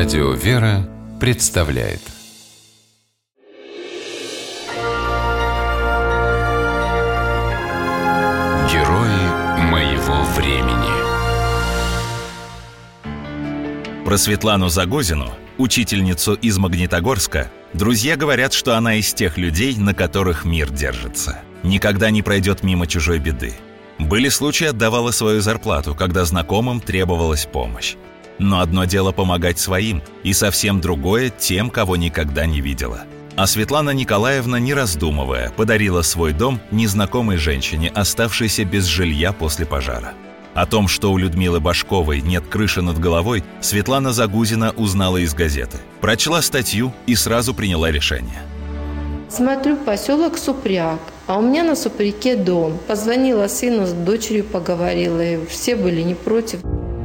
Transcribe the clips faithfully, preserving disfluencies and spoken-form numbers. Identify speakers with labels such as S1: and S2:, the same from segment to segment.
S1: Радио «Вера» представляет Герои моего времени.
S2: Про Светлану Загозину, учительницу из Магнитогорска, друзья говорят, что она из тех людей, на которых мир держится. Никогда не пройдет мимо чужой беды. Были случаи, отдавала свою зарплату, когда знакомым требовалась помощь. Но одно дело помогать своим, и совсем другое тем, кого никогда не видела. А Светлана Николаевна, не раздумывая, подарила свой дом незнакомой женщине, оставшейся без жилья после пожара. О том, что у Людмилы Башковой нет крыши над головой, Светлана Загозина узнала из газеты. Прочла статью и сразу приняла решение.
S3: Смотрю, поселок Супряг, а у меня на Супряге дом. Позвонила сыну, с дочерью поговорила, и все были не против.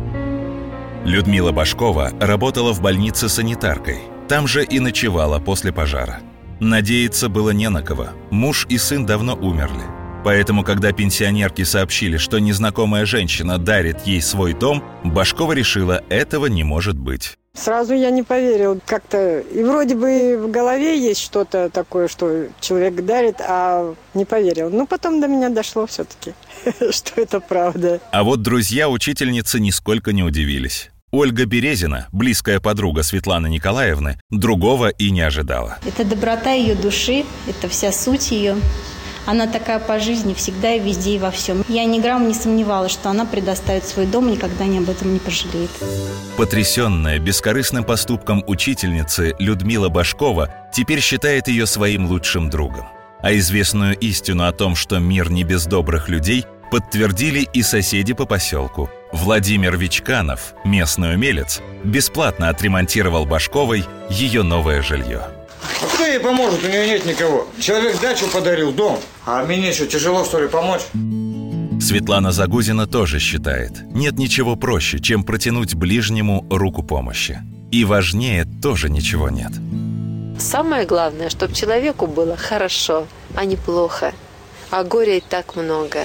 S2: Людмила Башкова работала в больнице санитаркой. Там же и ночевала после пожара. Надеяться было не на кого. Муж и сын давно умерли. Поэтому, когда пенсионерке сообщили, что незнакомая женщина дарит ей свой дом, Башкова решила, этого не может быть.
S4: Сразу я не поверил. Как-то и вроде бы в голове есть что-то такое, что человек дарит, а не поверил. Но потом до меня дошло все-таки, что это правда.
S2: А вот друзья учительницы нисколько не удивились. Ольга Березина, близкая подруга Светланы Николаевны, другого и не ожидала.
S5: Это доброта ее души, это вся суть ее. Она такая по жизни, всегда и везде, и во всем. Я ни грамма не сомневалась, что она предоставит свой дом и никогда ни об этом не пожалеет.
S2: Потрясенная бескорыстным поступком учительницы Людмила Башкова теперь считает ее своим лучшим другом. А известную истину о том, что мир не без добрых людей, подтвердили и соседи по поселку. Владимир Вичканов, местный умелец, бесплатно отремонтировал Башковой ее новое жилье.
S6: А кто ей поможет? У нее нет никого. Человек дачу подарил, дом. А мне что, тяжело, что ли, помочь?
S2: Светлана Загозина тоже считает, нет ничего проще, чем протянуть ближнему руку помощи. И важнее тоже ничего нет.
S7: Самое главное, чтобы человеку было хорошо, а не плохо. А горя и так много.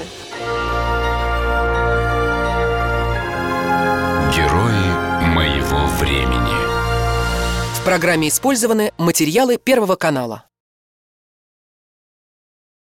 S1: Герои моего времени.
S8: В программе использованы материалы Первого канала.